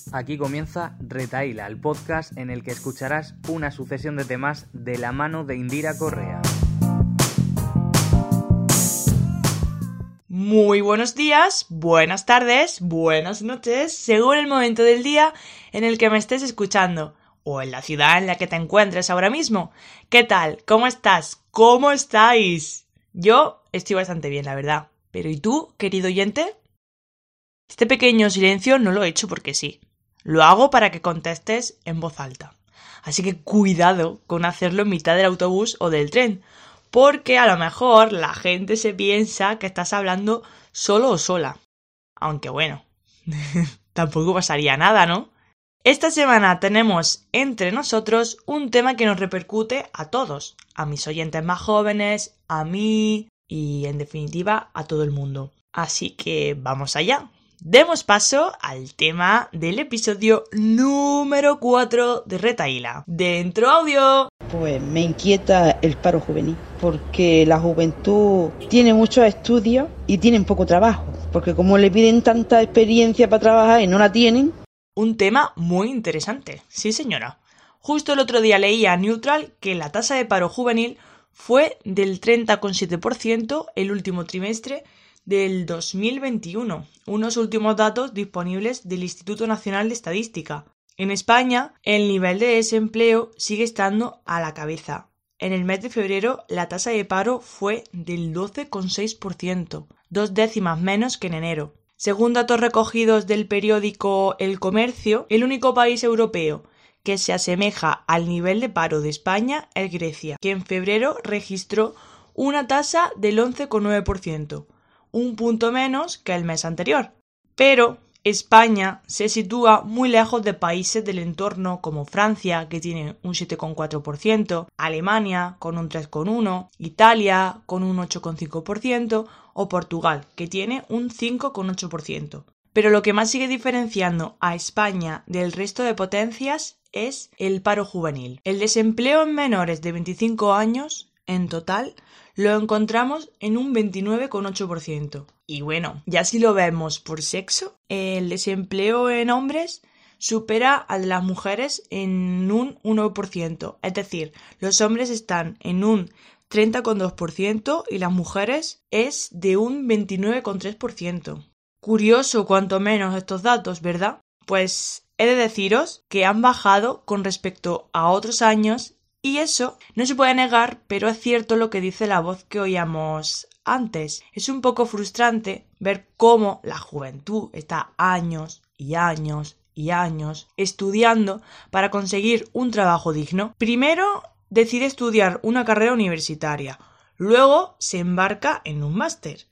Aquí comienza Retahíla, el podcast en el que escucharás una sucesión de temas de la mano de Indira Correa. Muy buenos días, buenas tardes, buenas noches, según el momento del día en el que me estés escuchando, o en la ciudad en la que te encuentres ahora mismo. ¿Qué tal? ¿Cómo estás? ¿Cómo estáis? Yo estoy bastante bien, la verdad. Pero ¿y tú, querido oyente? Este pequeño silencio no lo he hecho porque sí. Lo hago para que contestes en voz alta. Así que cuidado con hacerlo en mitad del autobús o del tren, porque a lo mejor la gente se piensa que estás hablando solo o sola. Aunque bueno, tampoco pasaría nada, ¿no? Esta semana tenemos entre nosotros un tema que nos repercute a todos, a mis oyentes más jóvenes, a mí y en definitiva a todo el mundo. Así que vamos allá. Demos paso al tema del episodio número 4 de Retahíla. ¡Dentro audio! Pues me inquieta el paro juvenil, porque la juventud tiene muchos estudios y tienen poco trabajo, porque como le piden tanta experiencia para trabajar y no la tienen. Un tema muy interesante, sí señora. Justo el otro día leía a Neutral que la tasa de paro juvenil fue del 30,7% el último trimestre del 2021, unos últimos datos disponibles del Instituto Nacional de Estadística. En España, el nivel de desempleo sigue estando a la cabeza. En el mes de febrero, la tasa de paro fue del 12,6%, 2 décimas menos que en enero. Según datos recogidos del periódico El Comercio, el único país europeo que se asemeja al nivel de paro de España es Grecia, que en febrero registró una tasa del 11,9%. Un punto menos que el mes anterior. Pero España se sitúa muy lejos de países del entorno como Francia, que tiene un 7,4%, Alemania con un 3,1%, Italia con un 8,5% o Portugal, que tiene un 5,8%. Pero lo que más sigue diferenciando a España del resto de potencias es el paro juvenil. El desempleo en menores de 25 años, en total, lo encontramos en un 29,8%. Y bueno, ya si lo vemos por sexo, el desempleo en hombres supera al de las mujeres en un 1%. Es decir, los hombres están en un 30,2% y las mujeres es de un 29,3%. Curioso cuanto menos estos datos, ¿verdad? Pues he de deciros que han bajado con respecto a otros años. Y eso no se puede negar, pero es cierto lo que dice la voz que oíamos antes. Es un poco frustrante ver cómo la juventud está años y años y años estudiando para conseguir un trabajo digno. Primero decide estudiar una carrera universitaria, luego se embarca en un máster.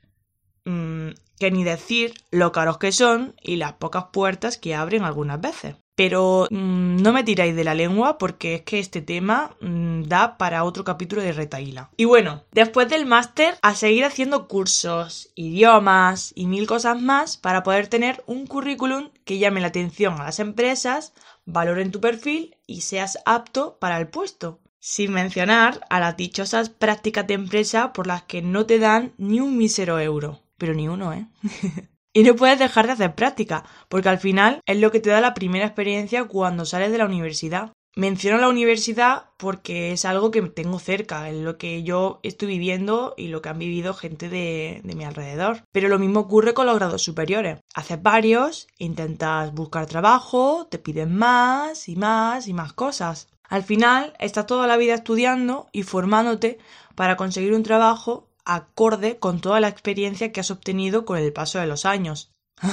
Que ni decir lo caros que son y las pocas puertas que abren algunas veces. Pero no me tiráis de la lengua porque es que este tema da para otro capítulo de Retahíla. Y bueno, después del máster, a seguir haciendo cursos, idiomas y 1000 cosas más para poder tener un currículum que llame la atención a las empresas, valoren tu perfil y seas apto para el puesto. Sin mencionar a las dichosas prácticas de empresa por las que no te dan ni un mísero euro. Pero ni uno, ¿eh? Y no puedes dejar de hacer práctica, porque al final es lo que te da la primera experiencia cuando sales de la universidad. Menciono la universidad porque es algo que tengo cerca, es lo que yo estoy viviendo y lo que han vivido gente de mi alrededor. Pero lo mismo ocurre con los grados superiores. Haces varios, intentas buscar trabajo, te piden más y más y más cosas. Al final estás toda la vida estudiando y formándote para conseguir un trabajo acorde con toda la experiencia que has obtenido con el paso de los años.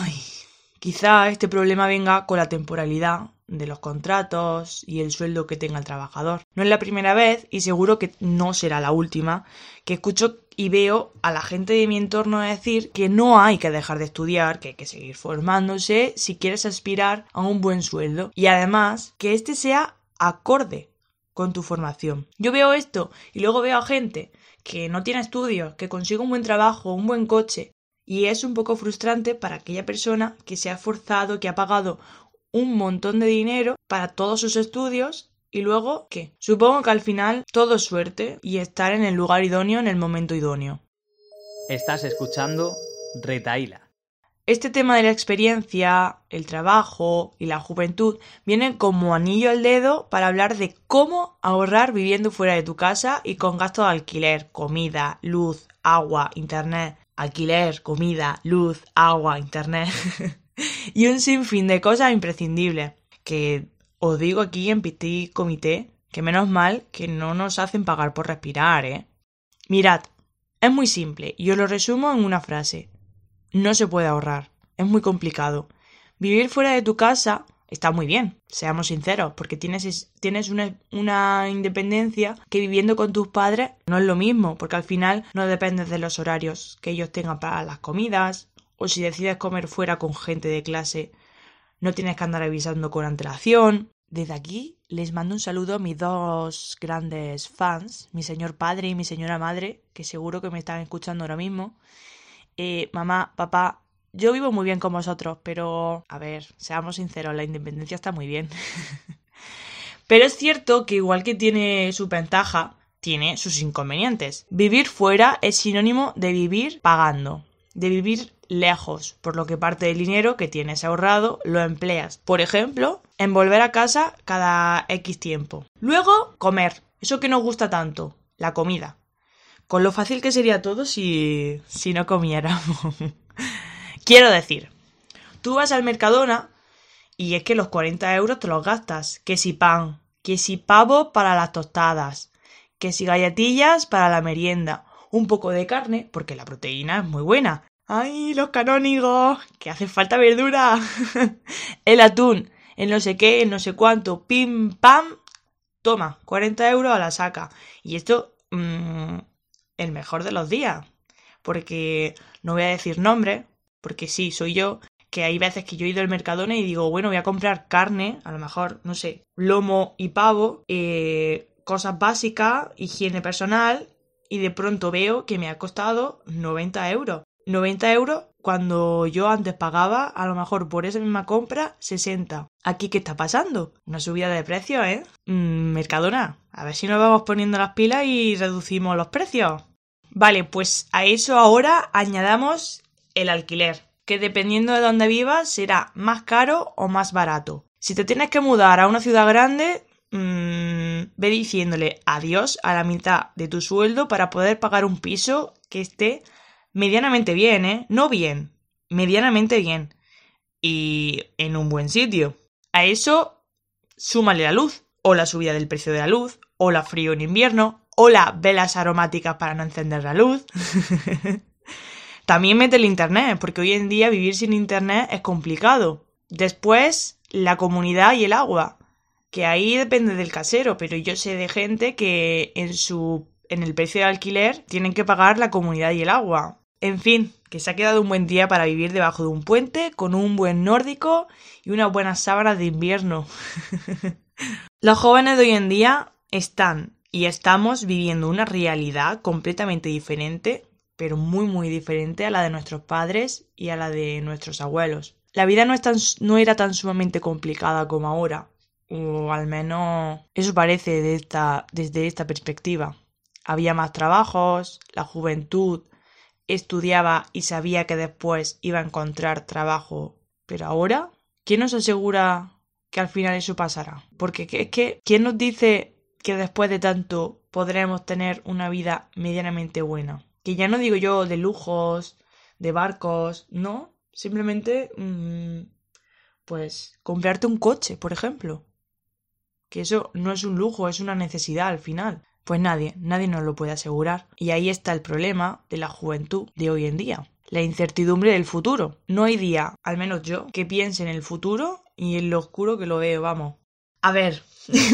Quizá este problema venga con la temporalidad de los contratos y el sueldo que tenga el trabajador. No es la primera vez y seguro que no será la última que escucho y veo a la gente de mi entorno decir que no hay que dejar de estudiar, que hay que seguir formándose si quieres aspirar a un buen sueldo y además que este sea acorde con tu formación. Yo veo esto y luego veo a gente que no tiene estudios, que consigue un buen trabajo, un buen coche, y es un poco frustrante para aquella persona que se ha esforzado, que ha pagado un montón de dinero para todos sus estudios y luego, ¿qué? Supongo que al final todo es suerte y estar en el lugar idóneo en el momento idóneo. Estás escuchando Retahíla. Este tema de la experiencia, el trabajo y la juventud vienen como anillo al dedo para hablar de cómo ahorrar viviendo fuera de tu casa y con gastos de alquiler, comida, luz, agua, internet, alquiler, comida, luz, agua, internet y un sinfín de cosas imprescindibles que os digo aquí en Petit Comité que menos mal que no nos hacen pagar por respirar, ¿eh? Mirad, es muy simple y os lo resumo en una frase. No se puede ahorrar, es muy complicado. Vivir fuera de tu casa está muy bien, seamos sinceros, porque tienes una independencia que viviendo con tus padres no es lo mismo, porque al final no dependes de los horarios que ellos tengan para las comidas, o si decides comer fuera con gente de clase, no tienes que andar avisando con antelación. Desde aquí les mando un saludo a mis dos grandes fans, mi señor padre y mi señora madre, que seguro que me están escuchando ahora mismo. Mamá, papá, yo vivo muy bien con vosotros, pero, a ver, seamos sinceros, la independencia está muy bien. Pero es cierto que igual que tiene su ventaja, tiene sus inconvenientes. Vivir fuera es sinónimo de vivir pagando, de vivir lejos, por lo que parte del dinero que tienes ahorrado lo empleas, por ejemplo, en volver a casa cada X tiempo. Luego, comer, eso que nos gusta tanto, la comida. Con lo fácil que sería todo si no comiéramos. Quiero decir, tú vas al Mercadona y es que los 40 euros te los gastas. Que si pan, que si pavo para las tostadas, que si galletillas para la merienda, un poco de carne, porque la proteína es muy buena. ¡Ay, los canónigos! ¡Que hace falta verdura! El atún, el no sé qué, el no sé cuánto, pim, pam, toma, 40 euros a la saca. Y esto... el mejor de los días, porque no voy a decir nombre, porque sí, soy yo, que hay veces que yo he ido al Mercadona y digo, bueno, voy a comprar carne, a lo mejor, no sé, lomo y pavo, cosas básicas, higiene personal, y de pronto veo que me ha costado 90 euros. 90 euros cuando yo antes pagaba, a lo mejor por esa misma compra, 60. ¿Aquí qué está pasando? Una subida de precios, ¿eh? Mercadona, a ver si nos vamos poniendo las pilas y reducimos los precios. Vale, pues a eso ahora añadamos el alquiler, que dependiendo de dónde vivas será más caro o más barato. Si te tienes que mudar a una ciudad grande, ve diciéndole adiós a la mitad de tu sueldo para poder pagar un piso que esté medianamente bien, ¿eh? No bien, medianamente bien. Y en un buen sitio. A eso, súmale la luz, o la subida del precio de la luz, o la frío en invierno, o las velas aromáticas para no encender la luz. También mete el internet, porque hoy en día vivir sin internet es complicado. Después, la comunidad y el agua, que ahí depende del casero, pero yo sé de gente que en el precio de alquiler tienen que pagar la comunidad y el agua. En fin, que se ha quedado un buen día para vivir debajo de un puente con un buen nórdico y unas buenas sábanas de invierno. Los jóvenes de hoy en día están y estamos viviendo una realidad completamente diferente, pero muy muy diferente a la de nuestros padres y a la de nuestros abuelos. La vida no era tan sumamente complicada como ahora, o al menos eso parece desde esta perspectiva. Había más trabajos, la juventud estudiaba y sabía que después iba a encontrar trabajo, pero ahora, ¿quién nos asegura que al final eso pasará? Porque es que, ¿quién nos dice que después de tanto podremos tener una vida medianamente buena? Que ya no digo yo de lujos, de barcos, no, simplemente, pues, comprarte un coche, por ejemplo. Que eso no es un lujo, es una necesidad al final. Pues nadie nos lo puede asegurar. Y ahí está el problema de la juventud de hoy en día. La incertidumbre del futuro. No hay día, al menos yo, que piense en el futuro y en lo oscuro que lo veo, vamos. A ver,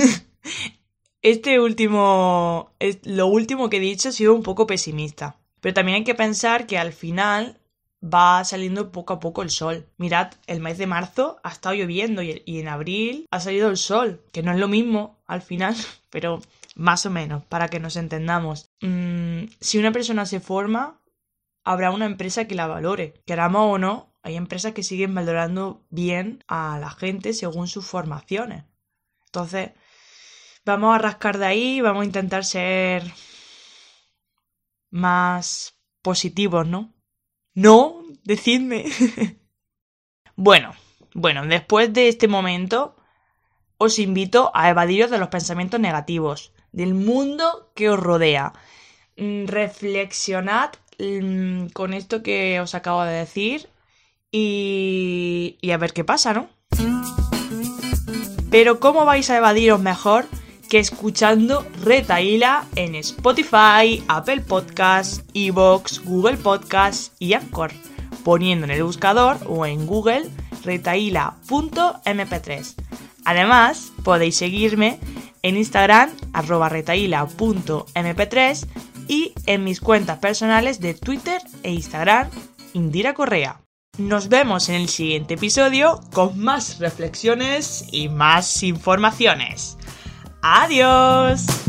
lo último que he dicho ha sido un poco pesimista. Pero también hay que pensar que al final va saliendo poco a poco el sol. Mirad, el mes de marzo ha estado lloviendo y en abril ha salido el sol. Que no es lo mismo al final, pero... más o menos, para que nos entendamos. Si una persona se forma, habrá una empresa que la valore. Queramos o no, hay empresas que siguen valorando bien a la gente según sus formaciones. Entonces, vamos a rascar de ahí, vamos a intentar ser más positivos, ¿no? No, decidme. Bueno, después de este momento os invito a evadiros de los pensamientos negativos, del mundo que os rodea. Reflexionad con esto que os acabo de decir y a ver qué pasa, ¿no? Pero ¿cómo vais a evadiros mejor que escuchando Retahíla en Spotify, Apple Podcasts, iVoox, Google Podcasts y Anchor, poniendo en el buscador o en Google retahila.mp3. Además, podéis seguirme en Instagram @retahila.mp3 y en mis cuentas personales de Twitter e Instagram Indira Correa. Nos vemos en el siguiente episodio con más reflexiones y más informaciones. ¡Adiós!